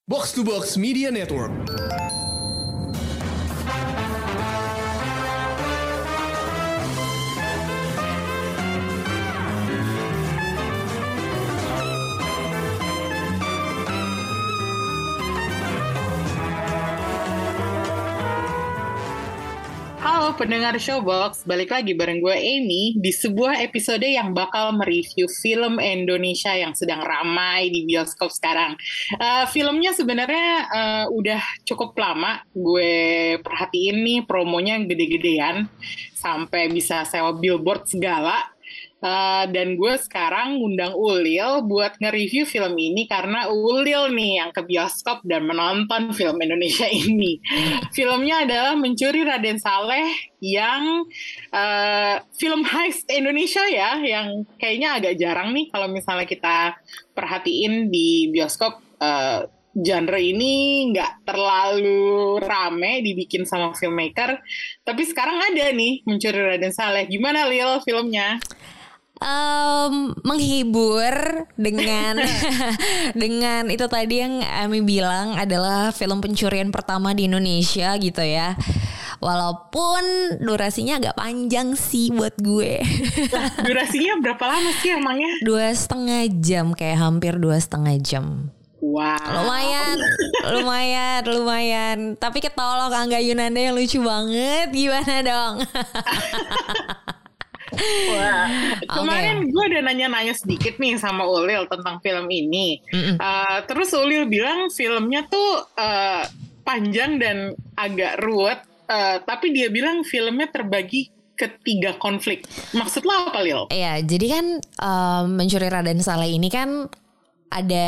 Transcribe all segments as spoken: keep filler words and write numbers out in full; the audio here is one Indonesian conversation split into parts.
Box to Box Media Network. Halo pendengar Showbox, balik lagi bareng gue Amy di sebuah episode yang bakal mereview film Indonesia yang sedang ramai di bioskop sekarang. Uh, filmnya sebenarnya uh, udah cukup lama gue perhatiin nih, promonya gede-gedean sampai bisa sewa billboard segala. Uh, dan gue sekarang ngundang Ulil buat nge-review film ini karena Ulil nih yang ke bioskop dan menonton film Indonesia ini. Filmnya adalah Mencuri Raden Saleh yang uh, film heist Indonesia ya, yang kayaknya agak jarang nih kalau misalnya kita perhatiin di bioskop. Uh, genre ini nggak terlalu rame dibikin sama filmmaker, tapi sekarang ada nih Mencuri Raden Saleh. Gimana Lil filmnya? Um, menghibur dengan dengan itu tadi yang Ami bilang adalah film pencurian pertama di Indonesia gitu ya. Walaupun durasinya agak panjang sih buat gue. Durasinya berapa lama sih emangnya? Dua setengah jam, kayak hampir dua setengah jam. Wow. Lumayan, lumayan, lumayan. Tapi ketolong Angga Yunanda yang lucu banget. Gimana dong? Wah, kemarin okay. gue udah nanya-nanya sedikit nih sama Ulil tentang film ini. Uh, terus Ulil bilang filmnya tuh uh, panjang dan agak ruwet. Uh, tapi dia bilang filmnya terbagi ke tiga konflik. Maksud lo apa, Lil? Iya, jadi kan uh, Mencuri Raden Saleh ini kan ada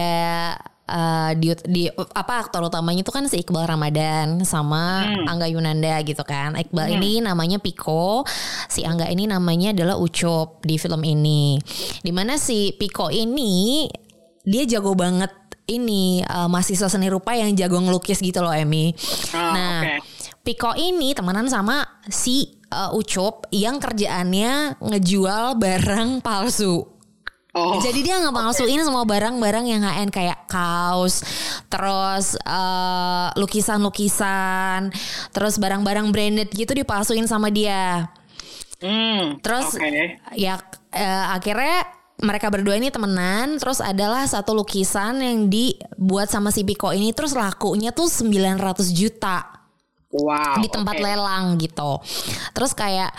Uh, di, di apa aktor utamanya itu kan si Iqbal Ramadan sama hmm. Angga Yunanda gitu kan. Iqbal hmm. ini namanya Piko, si Angga ini namanya adalah Ucup di film ini. Dimana si Piko ini dia jago banget ini uh, mahasiswa seni rupa yang jago ngelukis gitu loh, Emi. Oh, nah, okay. Piko ini temenan sama si uh, Ucup yang kerjaannya ngejual barang palsu. Oh, jadi dia ngepalsuin okay. semua barang-barang yang high-end kayak kaos, terus uh, lukisan-lukisan, terus barang-barang branded gitu dipalsuin sama dia. Mm, terus okay. ya uh, akhirnya mereka berdua ini temenan. Terus adalah satu lukisan yang dibuat sama si Piko ini, terus lakunya tuh sembilan ratus juta. Wow, di tempat okay. lelang gitu. Terus kayak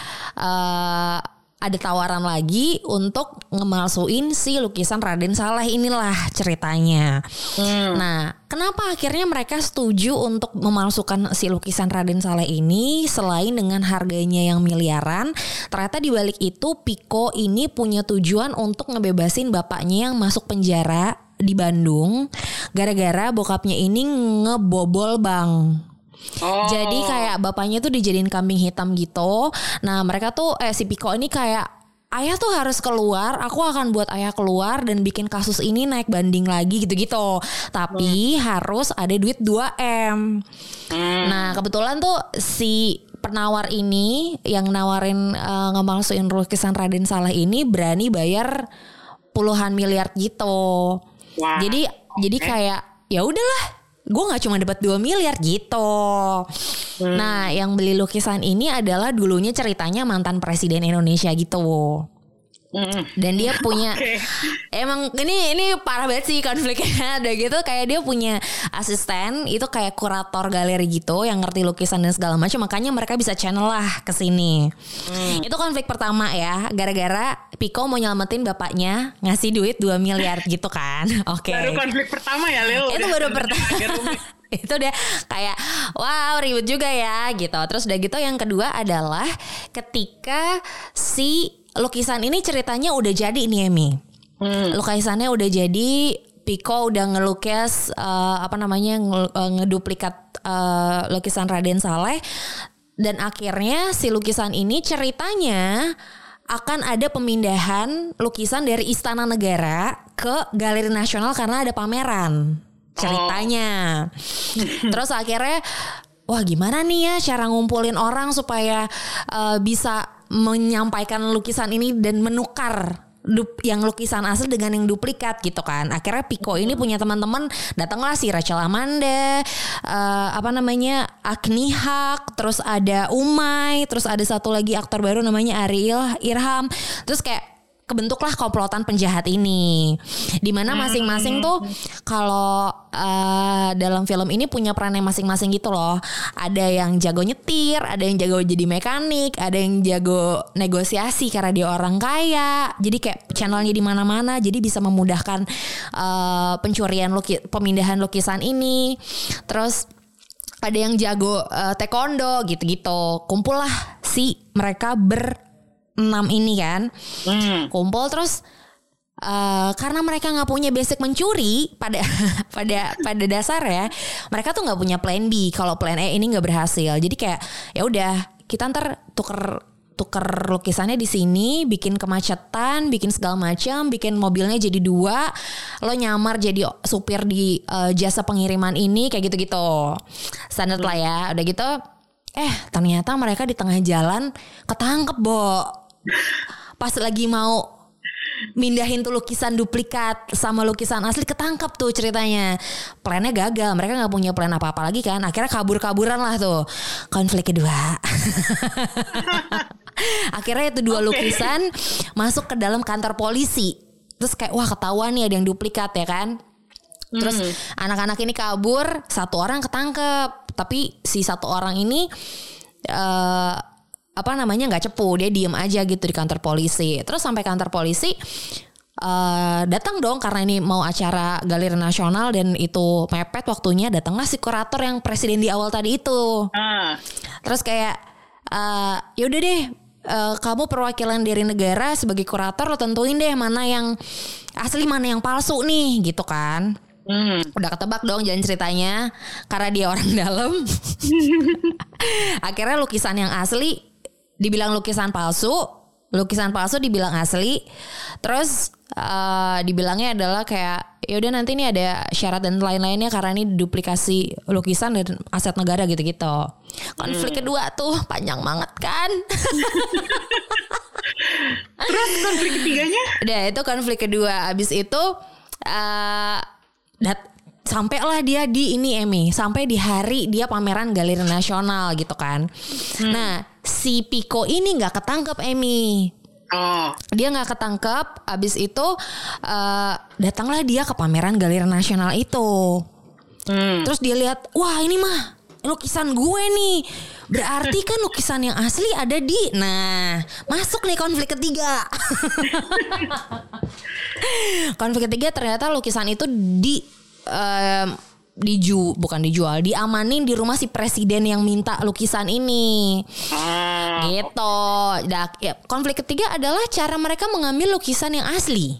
uh, ada tawaran lagi untuk ngemalsuin si lukisan Raden Saleh inilah ceritanya. Hmm. Nah, kenapa akhirnya mereka setuju untuk memalsukan si lukisan Raden Saleh ini selain dengan harganya yang miliaran? Ternyata di balik itu Piko ini punya tujuan untuk ngebebasin bapaknya yang masuk penjara di Bandung gara-gara bokapnya ini ngebobol bank. Oh. Jadi kayak bapaknya tuh dijadiin kambing hitam gitu. Nah mereka tuh eh si Piko ini kayak ayah tuh harus keluar, aku akan buat ayah keluar dan bikin kasus ini naik banding lagi gitu-gitu. Tapi hmm. harus ada duit dua M. hmm. Nah kebetulan tuh si penawar ini yang nawarin uh, ngemalsuin lukisan Raden Saleh ini berani bayar puluhan miliar gitu. Wow. Jadi okay. jadi kayak ya udahlah, gue gak cuma dapat dua miliar gitu. Hmm. Nah yang beli lukisan ini adalah dulunya ceritanya mantan presiden Indonesia gitu. Hmm. Dan dia punya okay. Emang ini ini parah banget sih konfliknya. Udah gitu kayak dia punya asisten, itu kayak kurator galeri gitu yang ngerti lukisan dan segala macam. Makanya mereka bisa channel lah ke sini. Hmm. Itu konflik pertama ya, gara-gara Piko mau nyelamatin bapaknya, ngasih duit dua miliar gitu kan. Oke. Okay. Baru konflik pertama ya, Lil. Itu baru pertama. Itu dia kayak wow ribut juga ya gitu. Terus udah gitu yang kedua adalah ketika si lukisan ini ceritanya udah jadi nih Emi. Hmm. Lukisannya udah jadi, Piko udah ngelukis uh, apa namanya ngeduplikat uh, lukisan Raden Saleh, dan akhirnya si lukisan ini ceritanya akan ada pemindahan lukisan dari Istana Negara ke Galeri Nasional karena ada pameran ceritanya. Oh. Terus akhirnya wah gimana nih ya cara ngumpulin orang supaya uh, bisa menyampaikan lukisan ini dan menukar dup, yang lukisan asli dengan yang duplikat gitu kan. Akhirnya Piko ini punya teman-teman, datanglah si Rachel Amanda, uh, apa namanya Agni Haq, terus ada Umay, terus ada satu lagi aktor baru namanya Ariel Irham. Terus kayak kebentuklah komplotan penjahat ini, dimana masing-masing tuh kalau uh, dalam film ini punya perannya masing-masing gitu loh. Ada yang jago nyetir, ada yang jago jadi mekanik, ada yang jago negosiasi karena dia orang kaya. Jadi kayak channelnya di mana-mana, jadi bisa memudahkan uh, pencurian luki, pemindahan lukisan ini. Terus ada yang jago uh, taekwondo gitu-gitu. Kumpul lah si mereka ber enam ini kan hmm. kumpul terus uh, karena mereka nggak punya basic mencuri pada pada pada dasar ya, mereka tuh nggak punya plan B kalau plan A ini nggak berhasil. Jadi kayak ya udah kita ntar tuker tuker lukisannya di sini, bikin kemacetan, bikin segala macam, bikin mobilnya jadi dua, lo nyamar jadi supir di uh, jasa pengiriman ini kayak gitu-gitu standar hmm. lah ya. Udah gitu eh ternyata mereka di tengah jalan ketangkep, Bo. Pas lagi mau mindahin tuh lukisan duplikat sama lukisan asli, ketangkap tuh ceritanya. Plannya gagal, mereka gak punya plan apa-apa lagi kan. Akhirnya kabur-kaburan lah tuh. Konflik kedua. Akhirnya itu dua okay. lukisan masuk ke dalam kantor polisi. Terus kayak wah ketahuan nih ada yang duplikat ya kan. Terus hmm. anak-anak ini kabur, satu orang ketangkep. Tapi si satu orang ini uh, apa namanya nggak cepu, dia diem aja gitu di kantor polisi. Terus sampai kantor polisi uh, datang dong karena ini mau acara Galeri Nasional dan itu mepet waktunya. Datanglah si kurator yang presiden di awal tadi itu. Ah. Terus kayak uh, yaudah deh uh, kamu perwakilan dari negara sebagai kurator, lo tentuin deh mana yang asli mana yang palsu nih gitu kan. Hmm. Udah ketebak dong jalan ceritanya karena dia orang dalam. Akhirnya lukisan yang asli dibilang lukisan palsu, lukisan palsu dibilang asli. Terus uh, dibilangnya adalah kayak ya udah nanti ini ada syarat dan lain-lainnya karena ini duplikasi lukisan dan aset negara gitu-gitu. Konflik hmm. kedua tuh panjang banget kan. Terus konflik ketiganya? Udah itu konflik kedua. Abis itu uh, dat sampailah dia di ini Emi, sampai di hari dia pameran Galeri Nasional gitu kan. Hmm. Nah si Piko ini nggak ketangkep Emi. Oh. Dia nggak ketangkep. Abis itu uh, datanglah dia ke pameran Galeri Nasional itu. Hmm. Terus dia lihat, wah ini mah lukisan gue nih. Berarti kan lukisan yang asli ada di. Nah masuk nih konflik ketiga. Konflik ketiga ternyata lukisan itu di um, diju bukan dijual, diamanin di rumah si presiden yang minta lukisan ini. Ah. Gitu. Nah, ya, konflik ketiga adalah cara mereka mengambil lukisan yang asli.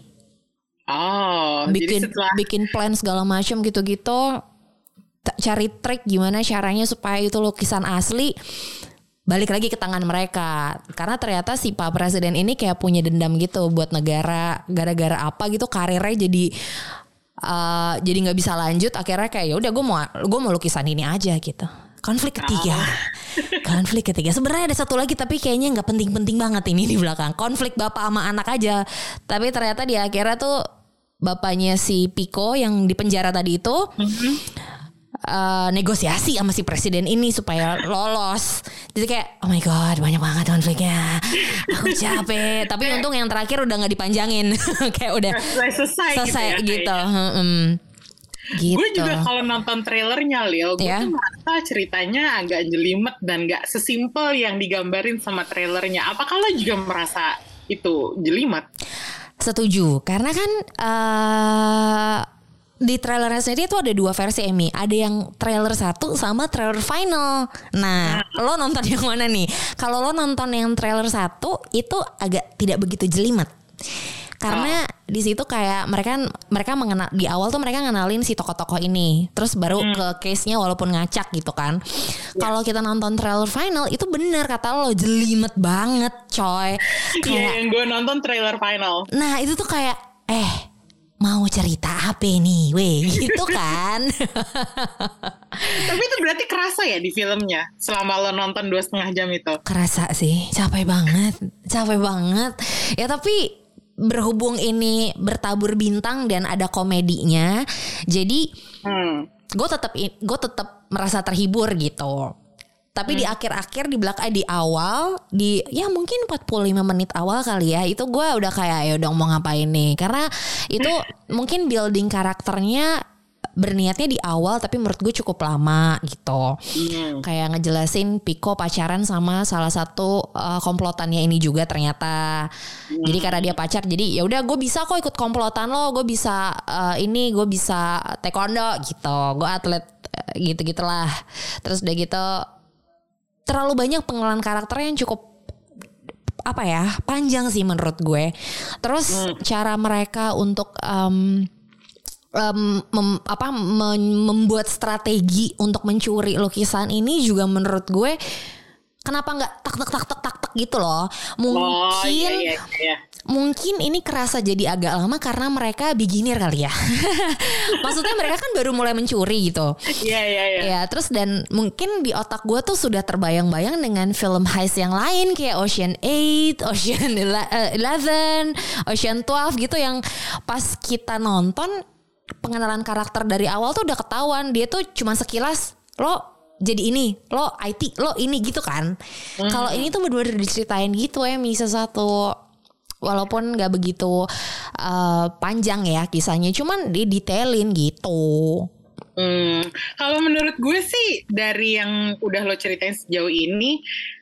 Oh, bikin jadi setelah... bikin plan segala macam gitu-gitu. Cari trik gimana caranya supaya itu lukisan asli balik lagi ke tangan mereka. Karena ternyata si Pak Presiden ini kayak punya dendam gitu buat negara, gara-gara apa gitu karirnya jadi uh, jadi nggak bisa lanjut. Akhirnya kayak ya udah gue mau gue mau lukisan ini aja gitu. Konflik ketiga. Oh. Konflik ketiga. Sebenarnya ada satu lagi tapi kayaknya nggak penting-penting banget ini di belakang. Konflik bapak sama anak aja. Tapi ternyata di akhirnya tuh bapaknya si Piko yang di penjara tadi itu mm-hmm. uh, negosiasi sama si presiden ini supaya lolos. Jadi kayak oh my god banyak banget konfliknya. Aku capek. Tapi untung yang terakhir udah nggak dipanjangin. Kayak udah selesai, selesai gitu. Ya, gitu. Hmm. Gitu. Gue juga kalau nonton trailernya Lil, gue yeah. tuh merasa ceritanya agak jelimet dan gak sesimpel yang digambarin sama trailernya. Apakah lo juga merasa itu jelimet? Setuju, karena kan uh, di trailernya sendiri itu ada dua versi Emi. Ada yang trailer satu sama trailer final. Nah, nah. lo nonton yang mana nih? Kalau lo nonton yang trailer satu itu agak tidak begitu jelimet. Karena oh. di situ kayak mereka mereka mengenal di awal tuh mereka ngenalin si tokoh-tokoh ini, terus baru hmm. ke case-nya walaupun ngacak gitu kan. Yeah. Kalau kita nonton trailer final itu bener kata lo jelimet banget, coy. Iya, yeah, yang gue nonton trailer final. Nah itu tuh kayak eh mau cerita apa nih, weh gitu kan. Tapi itu berarti kerasa ya di filmnya selama lo nonton dua setengah jam itu? Kerasa sih, capek banget, capek banget. Ya tapi berhubung ini bertabur bintang dan ada komedinya, jadi hmm. gue tetap gue tetap merasa terhibur gitu. Tapi hmm. di akhir-akhir di belakang di awal di ya mungkin empat puluh lima menit awal kali ya, itu gue udah kayak ya udah mau ngapain nih, karena itu mungkin building karakternya berniatnya di awal tapi menurut gue cukup lama gitu. Mm. Kayak ngejelasin Pico pacaran sama salah satu uh, komplotannya ini juga ternyata. Mm. Jadi karena dia pacar, jadi ya udah gue bisa kok ikut komplotan lo, gue bisa uh, ini gue bisa taekwondo gitu, gue atlet uh, gitu-gitulah. Terus udah gitu terlalu banyak pengenalan karakter yang cukup apa ya panjang sih menurut gue. Terus mm. cara mereka untuk um, Um, mem, apa mem, membuat strategi untuk mencuri lukisan ini juga menurut gue kenapa nggak tak tak tak tak tak tak gitu loh. Mungkin oh, iya, iya, iya. Mungkin ini kerasa jadi agak lama karena mereka beginner kali ya. Maksudnya mereka kan baru mulai mencuri gitu. Iya iya iya. Ya terus dan mungkin di otak gue tuh sudah terbayang-bayang dengan film heist yang lain kayak Ocean eight, Ocean eleven, Ocean twelve gitu yang pas kita nonton pengenalan karakter dari awal tuh udah ketahuan dia tuh cuma sekilas lo jadi ini, lo I T, lo ini gitu kan. Mm. Kalau ini tuh benar-benar diceritain gitu ya Misa satu, walaupun nggak begitu uh, panjang ya kisahnya, cuman didetailin gitu. Hmm. Kalau menurut gue sih dari yang udah lo ceritain sejauh ini,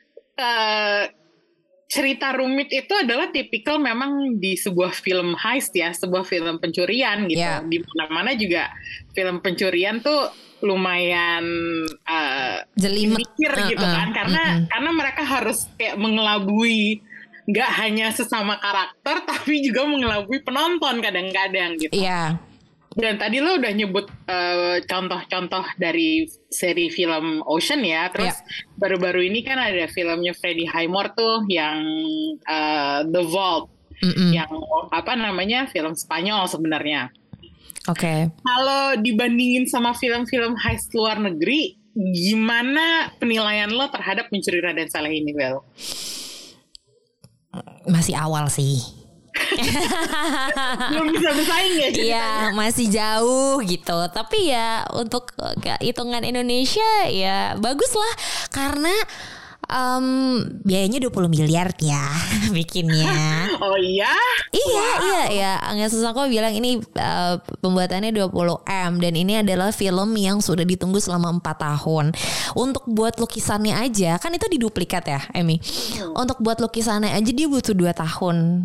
uh, cerita rumit itu adalah tipikal memang di sebuah film heist ya, sebuah film pencurian gitu. Yeah. Di mana-mana juga film pencurian tuh lumayan uh, jelimet mikir uh, gitu kan, uh, karena uh, uh. karena mereka harus kayak mengelabui nggak hanya sesama karakter tapi juga mengelabui penonton kadang-kadang gitu. Iya. Yeah. Dan tadi lo udah nyebut uh, contoh-contoh dari seri film Ocean ya. Terus yeah. baru-baru ini kan ada filmnya Freddie Highmore tuh yang uh, The Vault. Mm-mm. Yang apa namanya film Spanyol sebenarnya. Oke. Okay. Kalau dibandingin sama film-film heist luar negeri, gimana penilaian lo terhadap Mencuri Raden Saleh ini, Bel? Masih awal sih. Belum bisa bersaing ya. Iya masih jauh gitu. Tapi ya untuk hitungan Indonesia ya bagus lah. Karena um, biayanya dua puluh miliar ya bikinnya. Oh iya? Iya wow. iya iya. Angga Sasongko bilang ini uh, pembuatannya dua puluh M. Dan ini adalah film yang sudah ditunggu selama empat tahun. Untuk buat lukisannya aja, kan itu diduplikat ya Emi. hmm. Untuk buat lukisannya aja dia butuh dua tahun.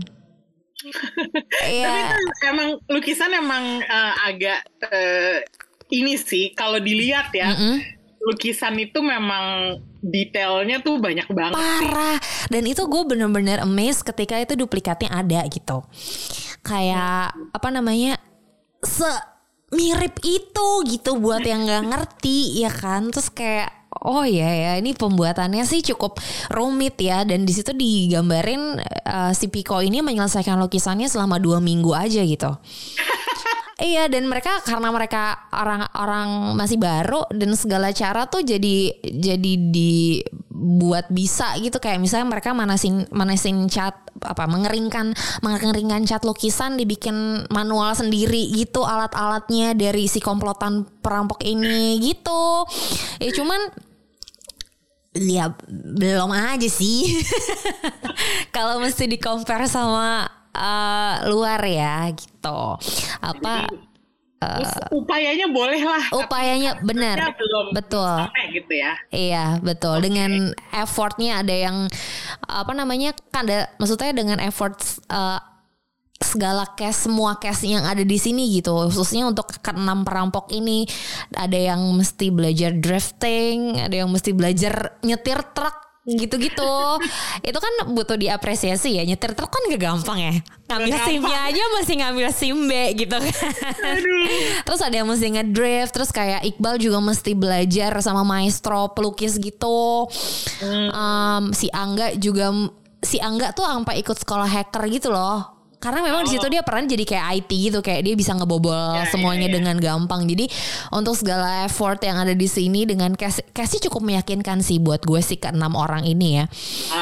Yeah. Tapi itu emang lukisan emang uh, agak uh, ini sih kalau dilihat ya, mm-hmm. lukisan itu memang detailnya tuh banyak banget. Parah. Sih. Dan itu gue bener-bener amazed ketika itu duplikatnya ada gitu. Kayak hmm. apa namanya se mirip itu gitu buat yang nggak ngerti ya kan. Terus kayak oh ya ya ini pembuatannya sih cukup rumit ya, dan di situ digambarin uh, si Pico ini menyelesaikan lukisannya selama dua minggu aja gitu. Iya, dan mereka karena mereka orang-orang masih baru dan segala cara tuh jadi jadi dibuat bisa gitu, kayak misalnya mereka manasin manasin cat apa mengeringkan mengeringkan cat lukisan dibikin manual sendiri gitu alat-alatnya dari si komplotan perampok ini gitu. Ya cuman ya belum aja sih. Kalau mesti di compare sama uh, luar ya gitu. Apa uh, upayanya boleh lah. Upayanya benar. Betul. Gitu ya. Iya, betul. Okay. Dengan effortnya ada yang apa namanya? Kan ada maksudnya dengan effort uh, segala case, semua case yang ada di sini gitu, khususnya untuk keenam perampok ini, ada yang mesti belajar drifting, ada yang mesti belajar nyetir truk gitu-gitu. Itu kan butuh diapresiasi ya, nyetir truk kan gak gampang ya, ngambil SIM-nya aja masih ngambil SIM B gitu kan. Terus ada yang mesti ngedrift, terus kayak Iqbal juga mesti belajar sama maestro pelukis gitu. um, si Angga juga si Angga tuh sampai ikut sekolah hacker gitu loh. Karena memang oh. di situ dia peran jadi kayak I T gitu, kayak dia bisa ngebobol ya, semuanya ya, ya. dengan gampang. Jadi untuk segala effort yang ada di sini dengan cast, castnya cukup meyakinkan sih buat gue sih keenam orang ini ya. Wow.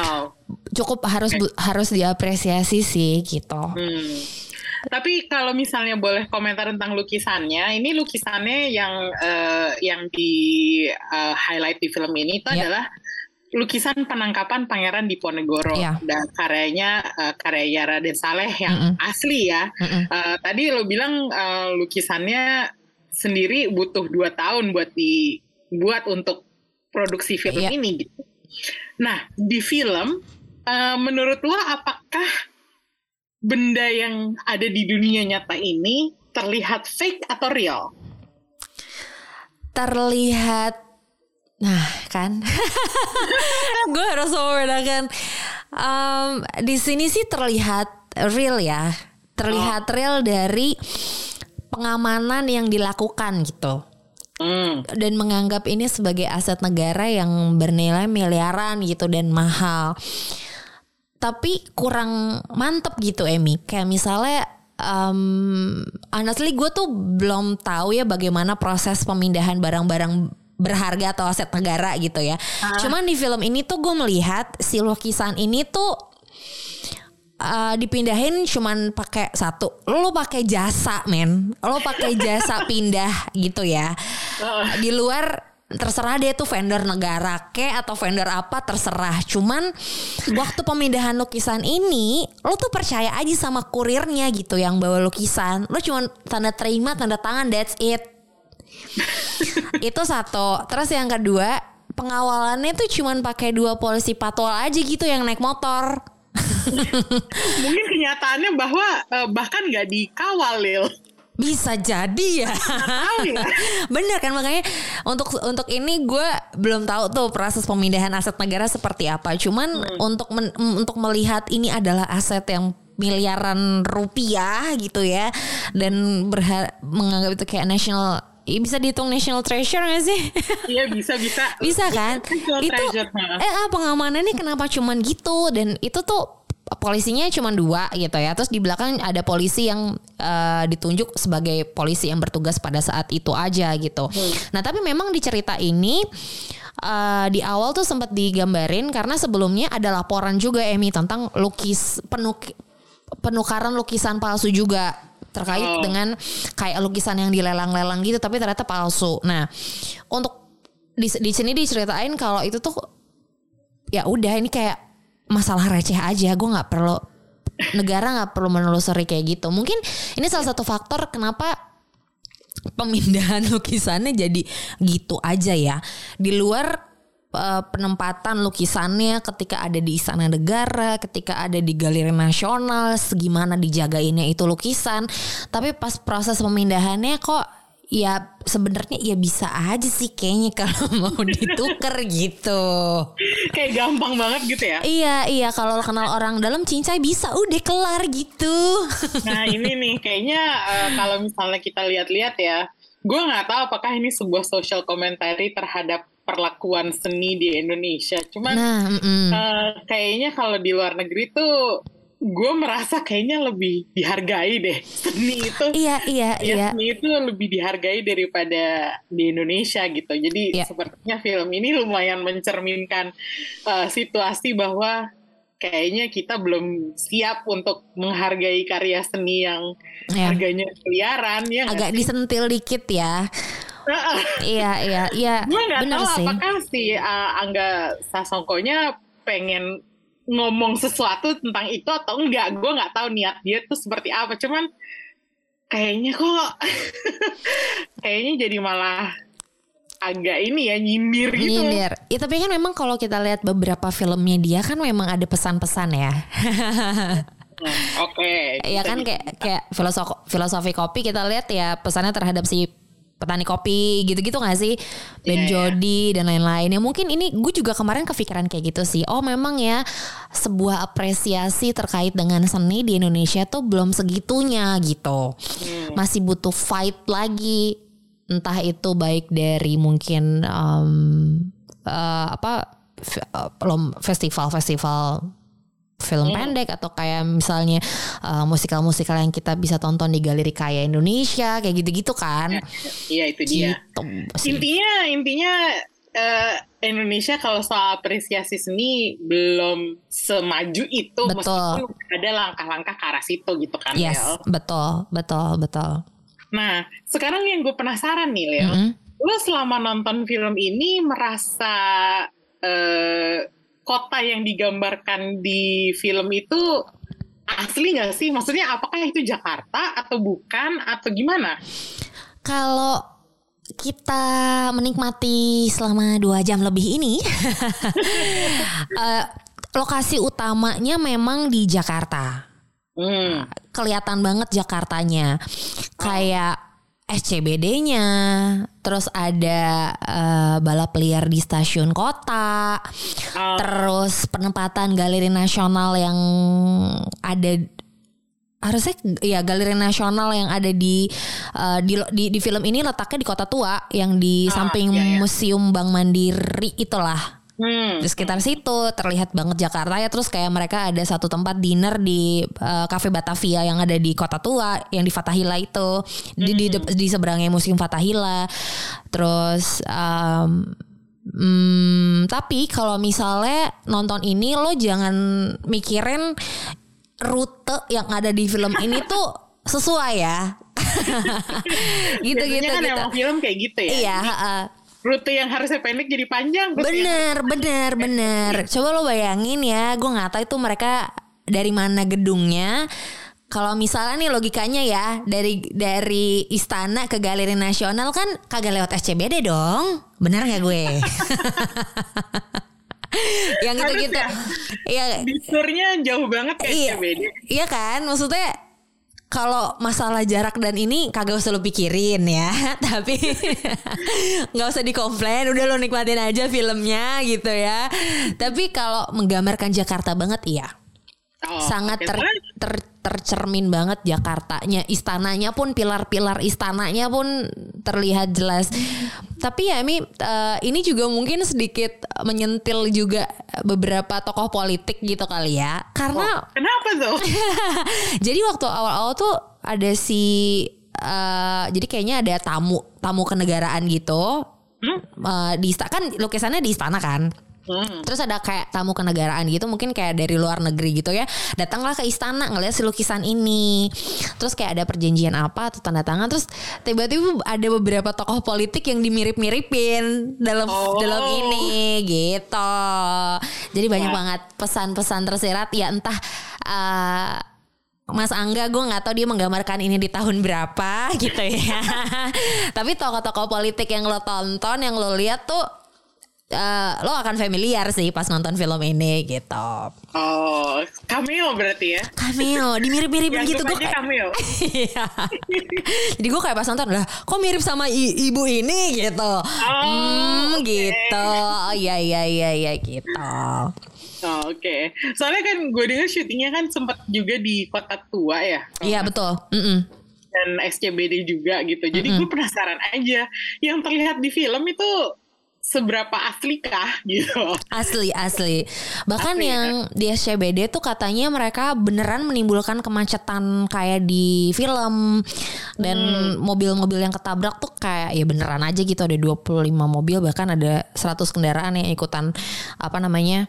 cukup harus bu, harus diapresiasi sih gitu. Hmm. Tapi kalau misalnya boleh komentar tentang lukisannya, ini lukisannya yang uh, yang di uh, highlight di film ini itu yeah. adalah lukisan penangkapan Pangeran Diponegoro yeah. dan karyanya uh, karya Raden Saleh yang Mm-mm. asli ya. Uh, tadi lo bilang uh, lukisannya sendiri butuh dua tahun buat dibuat untuk produksi film yeah. ini gitu. Nah di film uh, menurut lo apakah benda yang ada di dunia nyata ini terlihat fake atau real? Terlihat, nah kan, gue harus membedakan. Um, di sini sih terlihat real ya, terlihat oh. real dari pengamanan yang dilakukan gitu. Mm. Dan menganggap ini sebagai aset negara yang bernilai miliaran gitu dan mahal. Tapi kurang mantep gitu Emi. Kayak misalnya um, honestly gue tuh belum tahu ya bagaimana proses pemindahan barang-barang berharga atau aset negara gitu ya. Ah. Cuman di film ini tuh gue melihat si lukisan ini tuh uh, dipindahin cuman pakai satu. Lo pakai jasa men. Lo pakai jasa pindah gitu ya. Di luar terserah dia tuh vendor negara ke atau vendor apa terserah. Cuman waktu pemindahan lukisan ini lo tuh percaya aja sama kurirnya gitu yang bawa lukisan. Lo cuma tanda terima, tanda tangan, that's it. Itu satu. Terus yang kedua, pengawalannya tuh cuman pakai dua polisi patrol aja gitu yang naik motor. Mungkin kenyataannya bahwa uh, bahkan nggak dikawal Lil. Bisa jadi ya. Bener kan, makanya untuk untuk ini gue belum tahu tuh proses pemindahan aset negara seperti apa. Cuman hmm. untuk men, untuk melihat ini adalah aset yang miliaran rupiah gitu ya, dan berha- menganggap itu kayak national, bisa dihitung national treasure gak sih? Iya bisa bisa. Bisa kan? Itu treasure, eh ah, pengamanannya kenapa cuman gitu, dan itu tuh polisinya cuma dua gitu ya. Terus di belakang ada polisi yang uh, ditunjuk sebagai polisi yang bertugas pada saat itu aja gitu. Hmm. Nah tapi memang di cerita ini uh, di awal tuh sempat digambarin karena sebelumnya ada laporan juga Emi tentang lukis penuk, penukaran lukisan palsu juga terkait oh. dengan kayak lukisan yang dilelang-lelang gitu tapi ternyata palsu. Nah untuk di, di sini diceritain kalau itu tuh ya udah ini kayak masalah receh aja, gue nggak perlu, negara nggak perlu menelusuri kayak gitu. Mungkin ini salah satu faktor kenapa pemindahan lukisannya jadi gitu aja ya. Di luar uh, penempatan lukisannya ketika ada di Istana Negara, ketika ada di Galeri Nasional, segimana dijagainnya itu lukisan. Tapi pas proses pemindahannya kok ya sebenarnya ya bisa aja sih kayaknya kalau mau ditukar gitu. Kayak gampang banget gitu ya. Iya iya kalau kenal orang dalam cincai bisa udah kelar gitu. Nah ini nih kayaknya uh, kalau misalnya kita lihat-lihat ya, gue nggak tahu apakah ini sebuah social commentary terhadap perlakuan seni di Indonesia. Cuman nah, uh, kayaknya kalau di luar negeri tuh gue merasa kayaknya lebih dihargai deh seni itu. Iya iya ya, iya. Seni itu lebih dihargai daripada di Indonesia gitu. Jadi iya. Sepertinya film ini lumayan mencerminkan uh, situasi bahwa kayaknya kita belum siap untuk menghargai karya seni yang iya. harganya miliaran ya. Agak disentil dikit ya. Iya iya iya. Gue nggak tahu sih. Apakah si uh, Angga Sasongkonya pengen ngomong sesuatu tentang itu atau enggak, gue nggak tahu niat dia tuh seperti apa. Cuman kayaknya kok kayaknya jadi malah agak ini ya nyindir gitu. Nyindir. Ya tapi kan memang kalau kita lihat beberapa filmnya dia kan memang ada pesan-pesan ya. hmm, Oke. Okay. Ya kan kayak kayak filosofi filosofi kopi kita lihat ya pesannya terhadap si petani kopi gitu-gitu gak sih, Ben yeah, Jody yeah. dan lain-lain. Ya mungkin ini gue juga kemarin kepikiran kayak gitu sih. Oh memang ya sebuah apresiasi terkait dengan seni di Indonesia tuh belum segitunya gitu. Hmm. Masih butuh fight lagi. Entah itu baik dari mungkin um, uh, apa festival-festival film hmm. pendek atau kayak misalnya uh, musikal-musikal yang kita bisa tonton di Galeri Kaya Indonesia kayak gitu-gitu kan. Iya itu dia. Gitu, intinya intinya uh, Indonesia kalau soal apresiasi seni belum semaju itu, betul. Meskipun ada langkah-langkah ke arah situ gitu kan, yes, Lel. Betul, betul, betul. Nah, sekarang yang gue penasaran nih, Lel, mm-hmm. lo selama nonton film ini merasa uh, kota yang digambarkan di film itu asli nggak sih? Maksudnya apakah itu Jakarta atau bukan atau gimana? Kalau kita menikmati selama dua jam lebih ini, uh, lokasi utamanya memang di Jakarta. Hmm. Kelihatan banget Jakartanya, kayak S C B D-nya, terus ada uh, balap liar di stasiun kota, oh. terus penempatan Galeri Nasional yang ada. Harusnya ya Galeri Nasional yang ada di, uh, di di di film ini letaknya di Kota Tua yang di ah, samping iya, iya. Museum Bank Mandiri itulah. Hmm. Di sekitar situ terlihat banget Jakarta ya. Terus kayak mereka ada satu tempat dinner di uh, Cafe Batavia yang ada di Kota Tua yang di Fathahillah itu. Hmm. Di, di di seberangnya Museum Fathahillah. Terus um, hmm, tapi kalau misalnya nonton ini lo jangan mikirin rute yang ada di film ini tuh sesuai ya. Gitu-gitu kan gitu. Emang film kayak gitu ya. Iya, uh, rute yang harusnya pendek jadi panjang. Bener, ya. bener, bener. Coba lo bayangin ya, gue nggak tahu itu mereka dari mana gedungnya. Kalau misalnya nih logikanya ya, dari dari Istana ke Galeri Nasional kan kagak lewat S C B D dong. Bener nggak gue? Yang gitu-gitu. Iya, bisurnya jauh banget kayak iya, S C B D. Iya kan? Maksudnya kalau masalah jarak dan ini kagak usah lo pikirin ya. Tapi gak usah dikomplain, udah lo nikmatin aja filmnya gitu ya. Tapi kalau menggambarkan Jakarta banget iya. Oh, sangat ter, ter, tercermin banget Jakartanya, istananya pun, pilar-pilar istananya pun terlihat jelas. Tapi ya Mi, uh, ini juga mungkin sedikit menyentil juga beberapa tokoh politik gitu kali ya. Karena oh, kenapa tuh? Jadi waktu awal-awal tuh ada si uh, jadi kayaknya ada tamu tamu kenegaraan gitu. Hmm? Uh, di istana kan, lukisannya di istana kan. Hmm. Terus ada kayak tamu kenegaraan gitu, mungkin kayak dari luar negeri gitu ya, datanglah ke istana ngeliat si lukisan ini. Terus kayak ada perjanjian apa atau tanda tangan. Terus tiba-tiba ada beberapa tokoh politik yang dimirip-miripin dalam oh. dalam ini gitu. Jadi banyak ya. banget pesan-pesan tersirat ya, entah uh, Mas Angga, gue nggak tahu dia menggambarkan ini di tahun berapa gitu ya. Tapi tokoh-tokoh politik yang lo tonton, yang lo lihat tuh Uh, lo akan familiar sih pas nonton film ini gitu. Oh, cameo berarti ya? Cameo, dimirip-miripin gitu gue kayak. Cameo. Iya. Jadi gue kayak pas nonton lah, kok mirip sama i- ibu ini gitu. Oh, hmm, okay. gitu. Oh iya iya iya iya gitu. Oh, oke. Okay. Soalnya kan gue dengar syutingnya kan sempat juga di Kota Tua ya. Iya betul. Mm-mm. Dan S C B D juga gitu. Jadi gue penasaran aja, yang terlihat di film itu seberapa aslikah gitu. Asli asli. Bahkan asli, yang ya? Di S C B D tuh katanya mereka beneran menimbulkan kemacetan kayak di film. Dan hmm. mobil-mobil yang ketabrak tuh kayak ya beneran aja gitu, ada dua puluh lima mobil, bahkan ada seratus kendaraan yang ikutan apa namanya?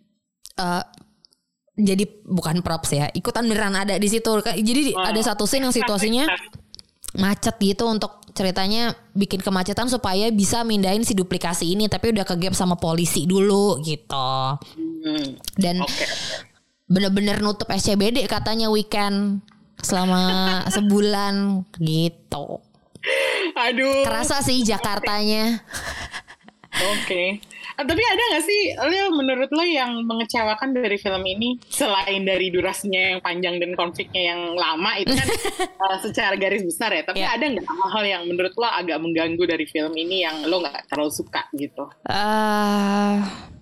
Uh, jadi bukan props ya, ikutan beneran ada di situ. Jadi oh. ada satu scene yang situasinya macet gitu, untuk ceritanya bikin kemacetan supaya bisa mindahin si duplikasi ini, tapi udah ke gap sama polisi dulu gitu. Hmm. Dan okay. bener-bener nutup S C B D katanya weekend selama sebulan gitu. Aduh. Kerasa sih Jakartanya. Oke. Okay. Tapi ada gak sih lo, menurut lo yang mengecewakan dari film ini, selain dari durasinya yang panjang dan konfliknya yang lama itu kan uh, secara garis besar ya, tapi yeah. ada gak hal-hal yang menurut lo agak mengganggu dari film ini yang lo gak terlalu suka gitu? Uh,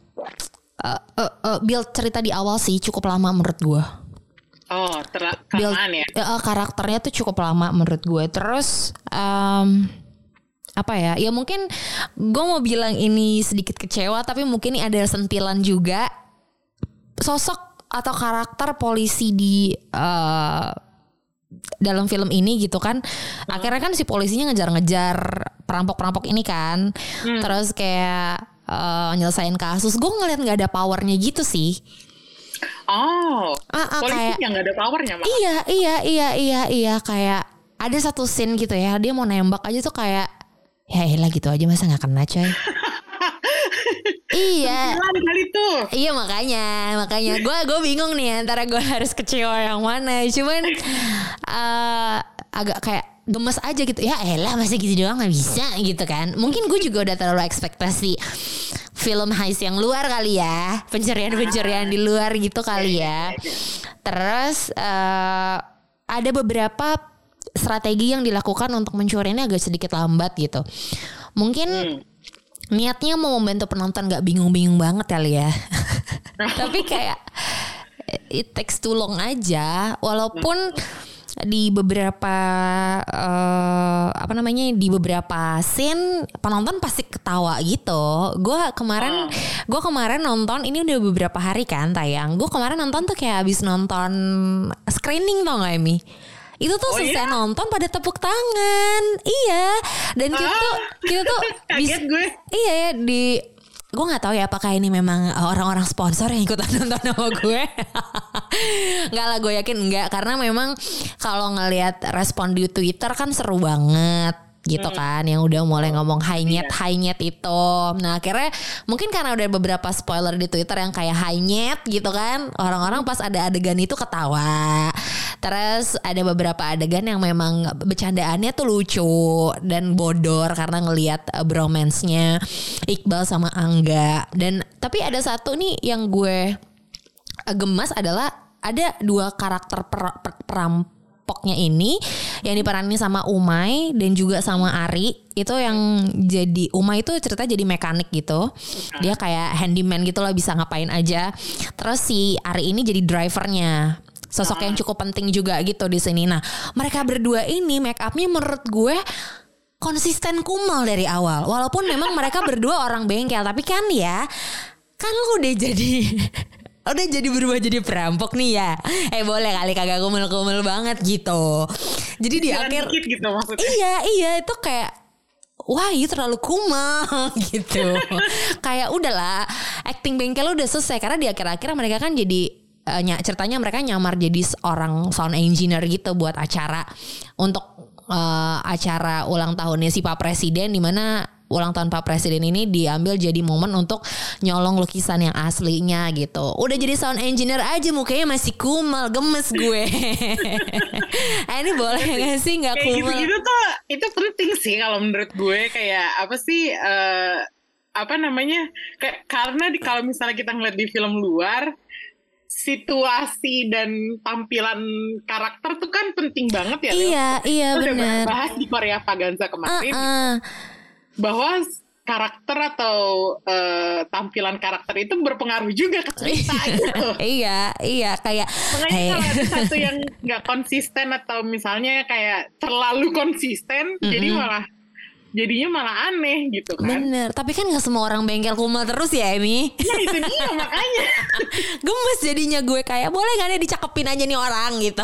uh, uh, uh, build cerita di awal sih cukup lama menurut gue. Oh, ter- kelamaan ya? Uh, karakternya tuh cukup lama menurut gue. Terus um, apa ya, ya mungkin gue mau bilang ini sedikit kecewa, tapi mungkin ini ada sentilan juga. Sosok atau karakter polisi di uh, dalam film ini gitu kan. Hmm. Akhirnya kan si polisinya ngejar-ngejar perampok-perampok ini kan. Hmm. Terus kayak uh, nyelesain kasus. Gue ngeliat nggak ada powernya gitu sih. Oh, ah, ah, polisi kayak, yang nggak ada powernya malah. Iya, iya, iya, iya, iya. Kayak ada satu scene gitu ya. Dia mau nembak aja tuh kayak, ya elah gitu aja masa nggak kena coy. Iya. Kali tuh. Iya makanya, makanya gue gue bingung nih antara gue harus kecewa yang mana. Cuman uh, agak kayak gemes aja gitu. Ya elah masa gitu doang nggak bisa gitu kan. Mungkin gue juga udah terlalu ekspektasi film heist yang luar kali ya, pencurian-pencurian di luar gitu kali ya. Terus uh, ada beberapa strategi yang dilakukan untuk mencurinya agak sedikit lambat gitu. Mungkin hmm. niatnya mau membantu penonton gak bingung-bingung banget kali ya. Tapi kayak it takes too long aja. Walaupun di beberapa uh, apa namanya di beberapa scene penonton pasti ketawa gitu. Gue kemarin gue kemarin nonton ini udah beberapa hari kan tayang. Gue kemarin nonton tuh kayak abis nonton screening tau gak Emi? Itu tuh oh, selesai iya? nonton pada tepuk tangan. Iya. Dan kita ah, tuh kita tuh kaget gue. Iya ya di gue nggak tahu ya apakah ini memang orang-orang sponsor yang ikutan nonton sama gue. Nggak lah, gue yakin enggak, karena memang kalau ngelihat respon di Twitter kan seru banget gitu kan, yang udah mulai ngomong high net high net itu. Nah akhirnya mungkin karena udah beberapa spoiler di Twitter yang kayak high net gitu kan, orang-orang pas ada adegan itu ketawa. Terus ada beberapa adegan yang memang bercandaannya tuh lucu dan bodor karena ngelihat bromance-nya Iqbal sama Angga. Dan tapi ada satu nih yang gue gemas adalah ada dua karakter per, per, perampoknya ini yang diperanin sama Umay dan juga sama Ari. Itu yang jadi Umay itu cerita jadi mekanik gitu. Dia kayak handyman gitu lah, bisa ngapain aja. Terus si Ari ini jadi drivernya. Sosok yang cukup penting juga gitu di sini. Nah, mereka berdua ini make upnya menurut gue konsisten kumal dari awal. Walaupun memang mereka berdua orang bengkel, tapi kan ya, kan lu udah jadi udah jadi berubah jadi perampok nih ya. Eh boleh kali kagak kumel-kumel banget gitu. Jadi di jangan akhir gitu maksudnya. Iya, iya itu kayak wah itu terlalu kumal gitu. Kayak udahlah, acting bengkel udah selesai. Karena di akhir-akhir mereka kan jadi Uh, ceritanya mereka nyamar jadi seorang sound engineer gitu buat acara untuk uh, acara ulang tahunnya si Pak Presiden, di mana ulang tahun Pak Presiden ini diambil jadi momen untuk nyolong lukisan yang aslinya gitu. Udah jadi sound engineer aja mukanya masih kumal, gemes gue. eh, ini boleh gak sih nggak kumal? Kayak gitu-gitu tuh itu penting sih kalau menurut gue. Kayak apa sih? Uh, apa namanya? Kayak karena di, kalau misalnya kita ngeliat di film luar, situasi dan tampilan karakter tuh kan penting banget ya. Iya, Leo. iya benar. Udah bahas di Korea Vaganza kemarin uh, uh. bahwa karakter atau uh, tampilan karakter itu berpengaruh juga ke cerita gitu. Iya, iya kayak makanya hey. Kalau ada satu yang nggak konsisten atau misalnya kayak terlalu konsisten, mm-hmm. jadi malah jadinya malah aneh gitu kan. Bener, tapi kan gak semua orang bengkel kumal terus ya Emi. Ya itu dia makanya. Gemes jadinya gue kayak boleh gak deh dicakepin aja nih orang gitu.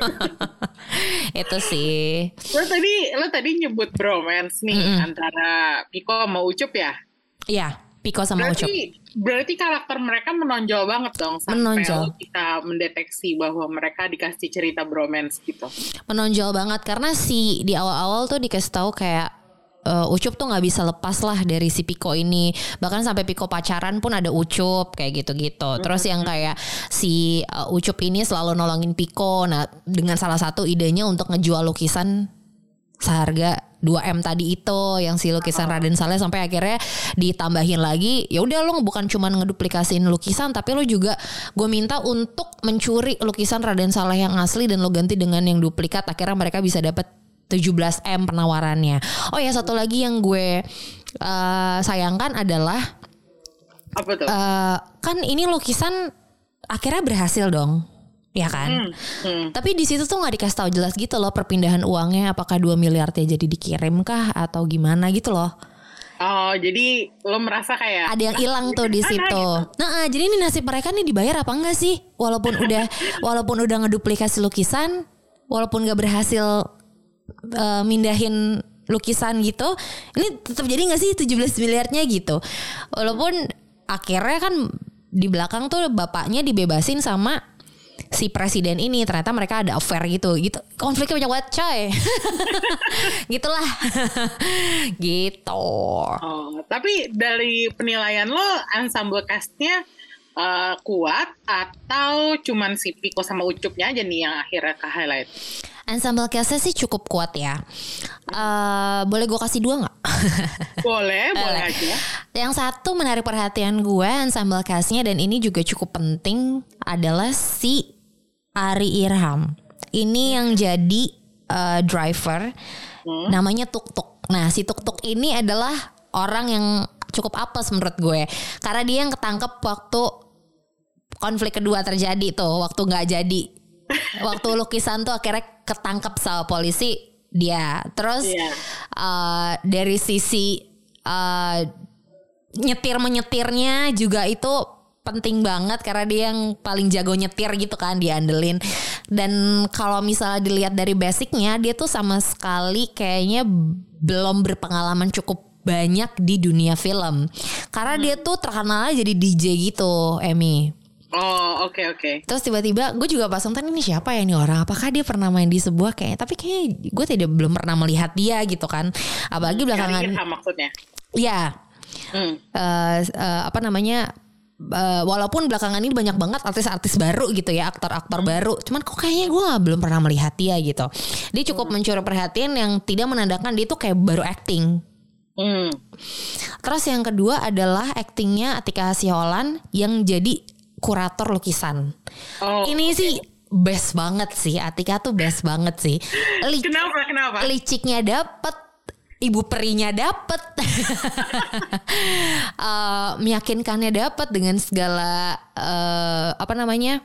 Itu sih. Lo tadi lo tadi nyebut bromance nih mm-hmm. antara Piko sama Ucup ya? Iya, Piko sama berarti, Ucup. Berarti karakter mereka menonjol banget dong sampai menonjol. Kita mendeteksi bahwa mereka dikasih cerita bromance gitu. Menonjol banget karena si di awal-awal tuh dikasih tahu kayak Uh, Ucup tuh gak bisa lepas lah dari si Piko ini. Bahkan sampai Piko pacaran pun ada Ucup kayak gitu-gitu. Terus yang kayak si uh, Ucup ini selalu nolongin Piko. Nah dengan salah satu idenya untuk ngejual lukisan seharga dua M tadi itu, yang si lukisan Raden Saleh, sampai akhirnya ditambahin lagi. Ya udah lo bukan cuma ngeduplikasiin lukisan, tapi lo juga gue minta untuk mencuri lukisan Raden Saleh yang asli dan lo ganti dengan yang duplikat. Akhirnya mereka bisa dapat tujuh belas M penawarannya. Oh ya satu lagi yang gue uh, sayangkan adalah apa tuh? Uh, kan ini lukisan akhirnya berhasil dong, ya kan? Hmm, hmm. Tapi di situ tuh nggak dikasih tahu jelas gitu loh perpindahan uangnya, apakah dua miliarnya jadi dikirim kah atau gimana gitu loh. Oh jadi lo merasa kayak ada yang hilang tuh di situ. Gitu. Nah uh, jadi ini nasib mereka nih dibayar apa enggak sih? Walaupun udah walaupun udah ngeduplikasi lukisan. walaupun gak berhasil uh, mindahin lukisan gitu, ini tetap jadi gak sih tujuh belas miliarnya gitu. Walaupun akhirnya kan di belakang tuh bapaknya dibebasin sama si presiden ini, ternyata mereka ada affair gitu gitu konfliknya banyak banget coy. Gitulah. Gitu. Oh, tapi dari penilaian lo ensemble castnya uh, kuat atau cuman si Piko sama Ucupnya aja nih yang akhirnya ke highlight? Ensemble castnya sih cukup kuat ya. Uh, boleh gue kasih dua nggak? Boleh, boleh aja. Yang satu menarik perhatian gue ensemble castnya, dan ini juga cukup penting, adalah si Ari Irham. Ini yang jadi uh, driver, hmm. namanya Tuk Tuk. Nah si Tuk Tuk ini adalah orang yang cukup apes menurut gue, karena dia yang ketangkep waktu konflik kedua terjadi tuh, waktu nggak jadi. Waktu lukisan tuh akhirnya ketangkep sama polisi dia. Terus yeah. uh, dari sisi uh, nyetir menyetirnya juga itu penting banget, karena dia yang paling jago nyetir gitu kan, diandelin. Dan kalau misalnya dilihat dari basicnya, dia tuh sama sekali kayaknya belum berpengalaman cukup banyak di dunia film, karena hmm. dia tuh terkenal jadi D J gitu, Emmy. Oh oke okay, oke. Okay. Terus tiba-tiba gue juga pas nonton, ini siapa ya ini orang? Apakah dia pernah main di sebuah kayak? Tapi kayaknya gue tidak belum pernah melihat dia gitu kan. Apalagi hmm, belakangan. Irham maksudnya? Ya. Hmm. Uh, uh, apa namanya? Uh, walaupun belakangan ini banyak banget artis-artis baru gitu ya, aktor-aktor hmm. baru. Cuman kok kayaknya gue belum pernah melihat dia gitu. Dia cukup hmm. mencuri perhatian yang tidak menandakan dia tuh kayak baru acting. Hmm. Terus yang kedua adalah actingnya Atika Hasiholan yang jadi kurator lukisan. Oh, ini okay. sih best banget sih, Atika tuh best banget sih. Li- kenapa? Kenapa? Liciknya dapet, ibu perinya dapet, uh, meyakinkannya dapet dengan segala uh, apa namanya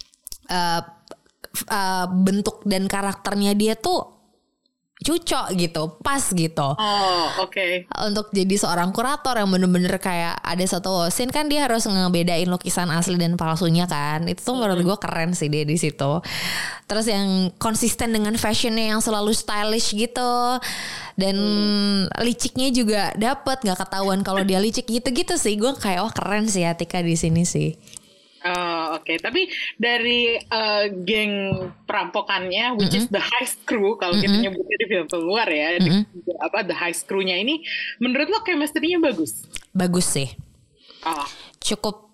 uh, uh, bentuk dan karakternya dia tuh cocok gitu, pas gitu. Oh, oke. Okay. Untuk jadi seorang kurator yang bener-bener kayak ada satu scene kan dia harus ngebedain lukisan asli dan palsunya kan. Itu tuh menurut gue keren sih dia di situ. Terus yang konsisten dengan fashionnya yang selalu stylish gitu. Dan hmm. liciknya juga dapet, nggak ketahuan kalau dia licik gitu-gitu sih. Gue kayak wah keren sih Atika di sini sih. Oh, oke. Okay. Tapi dari uh, geng perampokannya, which mm-hmm. is the heist crew, kalau mm-hmm. kita nyebutnya di film luar ya, mm-hmm. di, apa the heist crew-nya ini, menurut lo chemistry-nya bagus? Bagus sih. Oh. Cukup,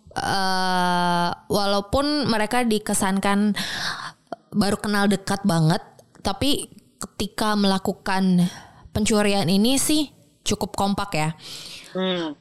uh, walaupun mereka dikesankan baru kenal dekat banget, tapi ketika melakukan pencurian ini sih cukup kompak ya. Hmm.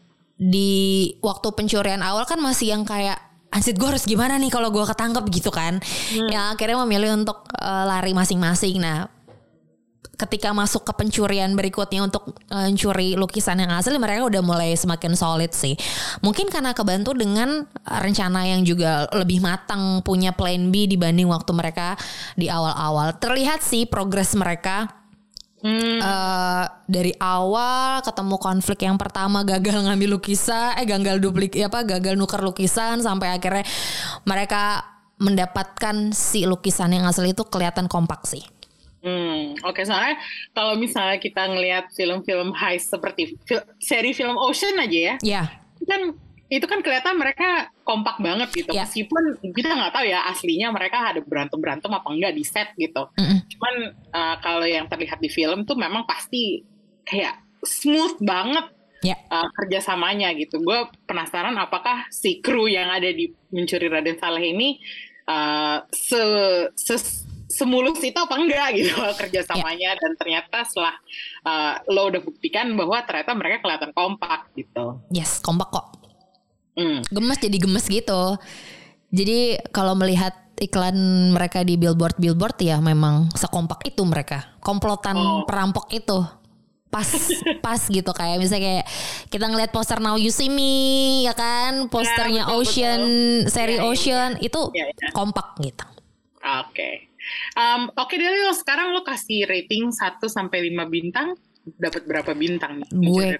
Di waktu pencurian awal kan masih yang kayak anjir gue harus gimana nih kalau gue ketangkep gitu kan. Hmm. Ya akhirnya memilih untuk uh, lari masing-masing. Nah ketika masuk ke pencurian berikutnya untuk mencuri uh, lukisan yang asli, mereka udah mulai semakin solid sih. Mungkin karena kebantu dengan rencana yang juga lebih matang, punya plan B dibanding waktu mereka di awal-awal. Terlihat sih progres mereka. Hmm. Uh, dari awal ketemu konflik yang pertama gagal ngambil lukisan, eh gagal duplik, apa gagal nuker lukisan, sampai akhirnya mereka mendapatkan si lukisan yang asli itu kelihatan kompak sih. Hmm, oke okay, soalnya kalau misalnya kita ngelihat film-film heist seperti fil- seri film Ocean aja ya, yeah. kan itu kan kelihatan mereka kompak banget gitu. Yeah. Meskipun kita nggak tahu ya aslinya mereka ada berantem-berantem apa enggak di set gitu. Mm-hmm. Cuman uh, kalau yang terlihat di film tuh memang pasti kayak smooth banget yeah. uh, kerjasamanya gitu. Gue penasaran apakah si kru yang ada di Mencuri Raden Saleh ini uh, se, se semulus itu apa enggak gitu kerjasamanya. Yeah. Dan ternyata setelah uh, lo udah buktikan bahwa ternyata mereka kelihatan kompak gitu. Yes, kompak kok. Mm. Gemes jadi gemes gitu. Jadi kalau melihat iklan mereka di billboard-billboard ya memang sekompak itu mereka. Komplotan oh. perampok itu pas pas gitu, kayak misalnya kayak kita ngelihat poster Now You See Me ya kan, posternya ya, betul, Ocean, betul. Seri ya, Ocean ya, itu ya, ya. kompak gitu. Oke. Okay. Um, Oke okay, Deli, lo sekarang lo kasih rating satu sampai lima bintang, dapat berapa bintang nih? Gue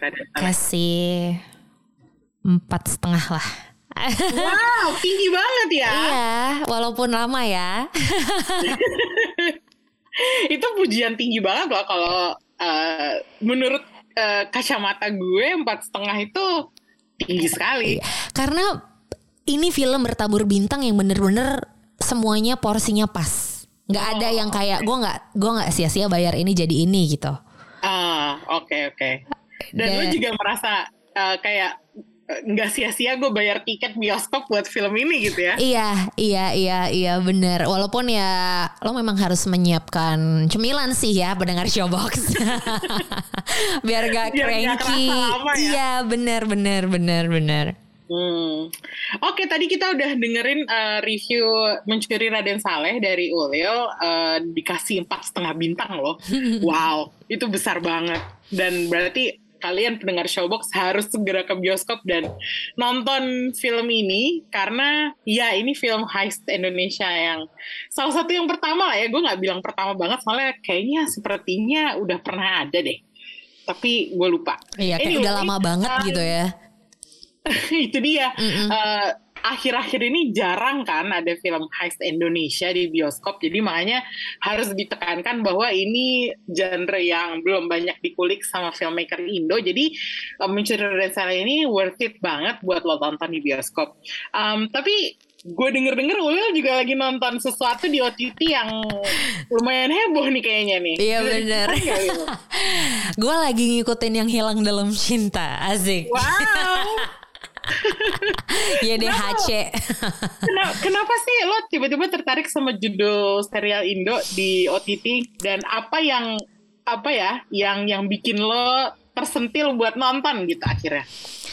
kasih empat setengah lah. Wow, tinggi banget ya. Iya, walaupun lama ya. Itu pujian tinggi banget loh kalau uh, menurut uh, kacamata gue empat setengah itu tinggi sekali. Karena ini film bertabur bintang yang bener-bener semuanya porsinya pas. Nggak oh, ada yang kayak okay. gue nggak gue nggak sia-sia bayar ini jadi ini gitu. Ah oke okay, oke. Okay. Dan lo juga merasa uh, kayak nggak sia-sia gue bayar tiket bioskop buat film ini gitu ya. Iya iya iya iya benar. Walaupun ya lo memang harus menyiapkan cemilan sih ya pendengar Showbox. Biar gak cranky. Ya? Iya benar benar benar benar. Hmm. Oke, tadi kita udah dengerin uh, review Mencuri Raden Saleh dari Ulil, uh, dikasih empat setengah bintang loh. Wow, itu besar banget. Dan berarti kalian pendengar Showbox harus segera ke bioskop dan nonton film ini, karena ya ini film heist Indonesia yang salah satu yang pertama lah ya. Gue nggak bilang pertama banget soalnya kayaknya sepertinya udah pernah ada deh, tapi gue lupa. Iya, kayak anyway, udah lama banget uh, gitu ya. Itu dia. Uh, akhir-akhir ini jarang kan ada film heist Indonesia di bioskop, jadi makanya harus ditekankan bahwa ini genre yang belum banyak dikulik sama filmmaker Indo. Jadi uh, Mencuri Raden Saleh ini worth it banget buat lo tonton di bioskop. Um, tapi gue denger-denger Ulil juga lagi nonton sesuatu di O T T yang lumayan heboh nih kayaknya nih. Iya benar. Gue lagi ngikutin Yang Hilang Dalam Cinta. Asik. Wow. Y D H C. Kenapa, kenapa sih lo tiba-tiba tertarik sama judul serial Indo di O T T, dan apa yang apa ya yang yang bikin lo tersentil buat nonton gitu akhirnya?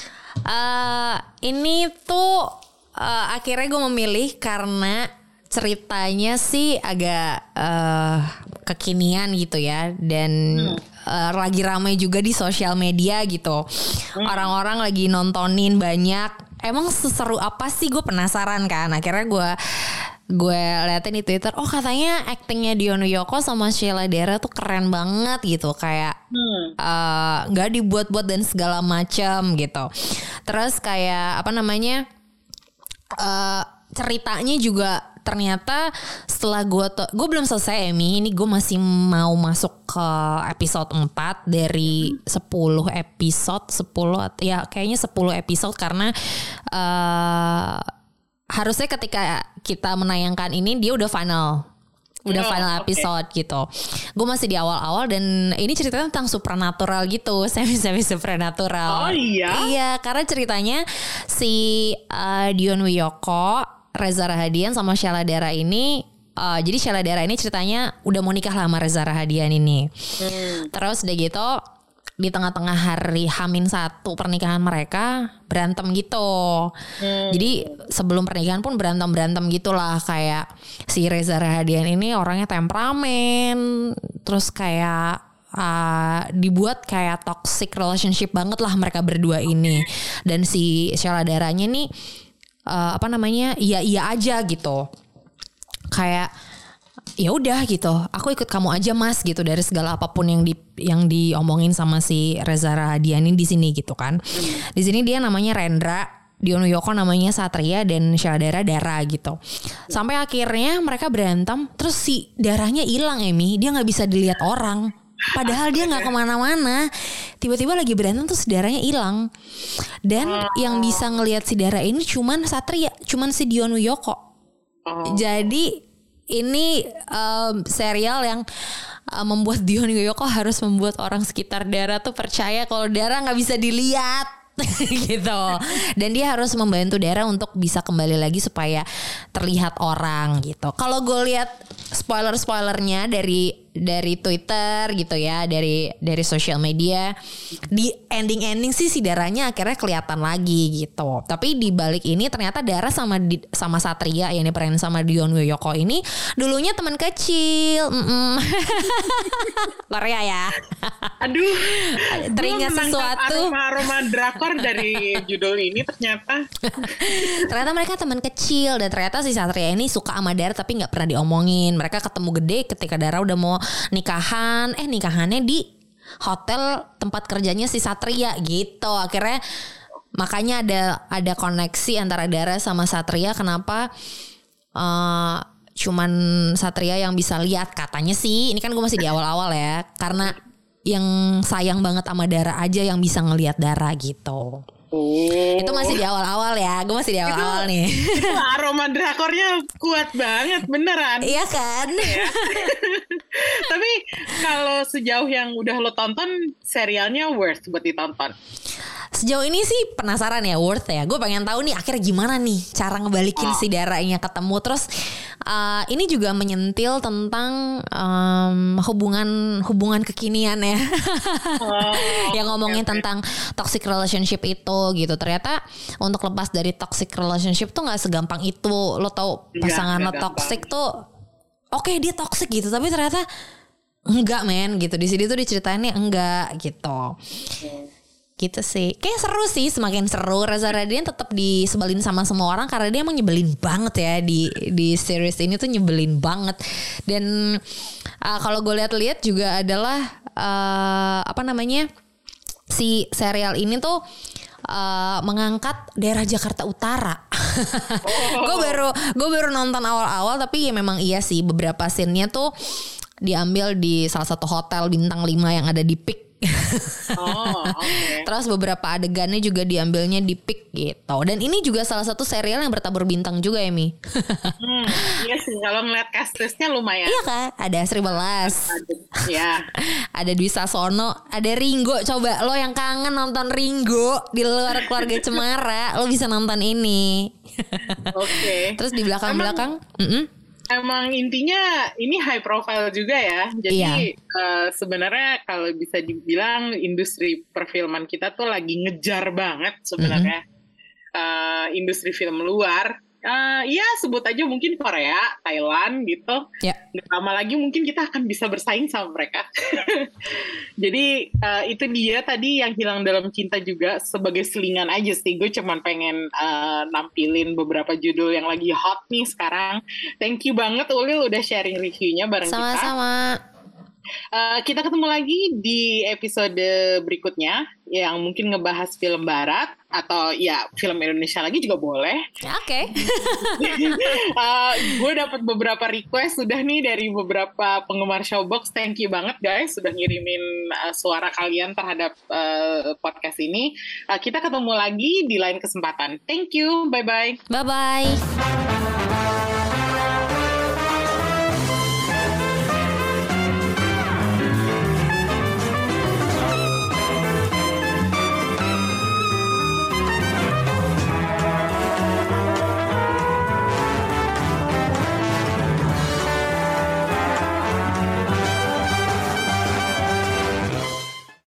Uh, ini tuh uh, akhirnya gue memilih karena ceritanya sih agak uh, kekinian gitu ya, dan hmm. uh, lagi ramai juga di sosial media gitu. Hmm. Orang-orang lagi nontonin banyak. Emang seseru apa sih, gue penasaran kan. Akhirnya gue gue liatin di Twitter, oh katanya aktingnya Dion Wiyoko sama Sheila Dara tuh keren banget gitu, kayak nggak hmm. uh, dibuat-buat dan segala macam gitu. Terus kayak apa namanya, uh, ceritanya juga ternyata setelah gue to- gue belum selesai Emi, ini gue masih mau masuk ke episode empat dari sepuluh episode, sepuluh ya kayaknya sepuluh episode, karena uh, harusnya ketika kita menayangkan ini dia udah final. Udah oh, final episode okay. gitu. Gue masih di awal-awal dan ini ceritanya tentang supernatural gitu, semi-semi supernatural. Oh iya? Iya, karena ceritanya si uh, Dion Wiyoko, Reza Rahadian sama Sheila Dara ini, uh, jadi Sheila Dara ini ceritanya udah mau nikah lah sama Reza Rahadian ini. Hmm. Terus udah gitu di tengah-tengah hari Hamin satu pernikahan mereka berantem gitu. Hmm. Jadi sebelum pernikahan pun berantem-berantem gitulah, kayak si Reza Rahadian ini orangnya temperamen, terus kayak uh, dibuat kayak toxic relationship banget lah mereka berdua ini. Dan si Sheila Daranya nih uh, apa namanya, iya-iya aja gitu. Kayak ya udah gitu, aku ikut kamu aja mas gitu, dari segala apapun yang di yang diomongin sama si Reza Rahadian ini di sini gitu kan. Di sini dia namanya Rendra, Dion Wiyoko namanya Satria, dan Sheila Dara Dara gitu. Sampai akhirnya mereka berantem, terus si darahnya hilang Emi, dia nggak bisa dilihat orang. Padahal dia nggak kemana-mana, tiba-tiba lagi berantem terus darahnya hilang. Dan yang bisa ngelihat si darah ini cuman Satria, cuman si Dion Wiyoko. Jadi ini um, serial yang uh, membuat Dion Wiyoko harus membuat orang sekitar Dara tuh percaya kalau Dara nggak bisa dilihat gitu. Dan dia harus membantu Dara untuk bisa kembali lagi supaya terlihat orang gitu. Kalau gue lihat spoiler-spoilernya dari dari Twitter gitu ya, dari dari sosial media, di ending-ending sih si Daranya akhirnya kelihatan lagi gitu. Tapi di balik ini ternyata Dara sama di, sama Satria yang diperanin sama Dion Wiyoko ini dulunya teman kecil. Korea ya. Aduh, teringat sesuatu. Aroma-aroma drakor dari judul ini ternyata. Ternyata mereka teman kecil, dan ternyata si Satria ini suka sama Dara tapi nggak pernah diomongin. Mereka ketemu gede ketika Dara udah mau nikahan, eh nikahannya di hotel tempat kerjanya si Satria gitu. Akhirnya makanya ada ada koneksi antara Dara sama Satria. Kenapa uh, cuman Satria yang bisa lihat katanya sih. Ini kan gue masih di awal-awal ya, karena yang sayang banget sama Dara aja yang bisa ngelihat Dara gitu. Oh. Itu masih di awal-awal ya, gue masih di awal-awal nih. Itu aroma drakornya kuat banget, beneran. Iya kan? Ya. Tapi kalau sejauh yang udah lo tonton, serialnya worth buat ditonton? Sejauh ini sih penasaran ya, worth ya. Gue pengen tahu nih akhirnya gimana nih cara ngebalikin oh. si Daranya ketemu. Terus uh, ini juga menyentil tentang um, hubungan hubungan kekinian ya. Oh, yang ngomongin okay. tentang toxic relationship itu gitu. Ternyata untuk lepas dari toxic relationship tuh nggak segampang itu. Lo tau pasangan lo toxic tuh, oke okay, dia toxic gitu, tapi ternyata enggak men gitu. Di sini tuh diceritainnya enggak gitu. Okay. Gitu sih. Kayak seru sih, semakin seru. Reza Radian tetap disebelin sama semua orang karena dia emang nyebelin banget ya di di series ini tuh nyebelin banget. Dan uh, kalau gue lihat-lihat juga adalah uh, apa namanya? Si serial ini tuh uh, mengangkat daerah Jakarta Utara. Oh. Gue baru gue baru nonton awal-awal, tapi ya memang iya sih beberapa scene-nya tuh diambil di salah satu hotel bintang lima yang ada di P I K. Oh, okay. Terus beberapa adegannya juga diambilnya di P I K gitu. Dan ini juga salah satu serial yang bertabur bintang juga ya Mi. hmm, Iya sih, kalau ngeliat cast-listnya lumayan. Iya kan, ada Sri Welas, ya. Ada Dwi Sasono, ada Ringo. Coba lo yang kangen nonton Ringo di luar Keluarga Cemara, lo bisa nonton ini. Oke. Okay. Terus di belakang-belakang Emang, Emang intinya ini high profile juga ya. Jadi iya. uh, sebenarnya kalau bisa dibilang industri perfilman kita tuh lagi ngejar banget sebenarnya mm-hmm. uh, industri film luar. Uh, ya sebut aja mungkin Korea, Thailand gitu. Yeah. Nggak lama lagi mungkin kita akan bisa bersaing sama mereka. Jadi uh, itu dia tadi yang Hilang Dalam Cinta juga sebagai selingan aja sih. Gue cuman pengen uh, nampilin beberapa judul yang lagi hot nih sekarang. Thank you banget Ulil udah sharing reviewnya bareng Sama-sama. kita. Sama-sama. Uh, kita ketemu lagi di episode berikutnya yang mungkin ngebahas film barat atau ya film Indonesia lagi juga boleh. Oke. Okay. uh, gue dapat beberapa request sudah nih dari beberapa penggemar Showbox. Thank you banget guys sudah ngirimin uh, suara kalian terhadap uh, podcast ini. Uh, kita ketemu lagi di lain kesempatan. Thank you. Bye bye. Bye bye.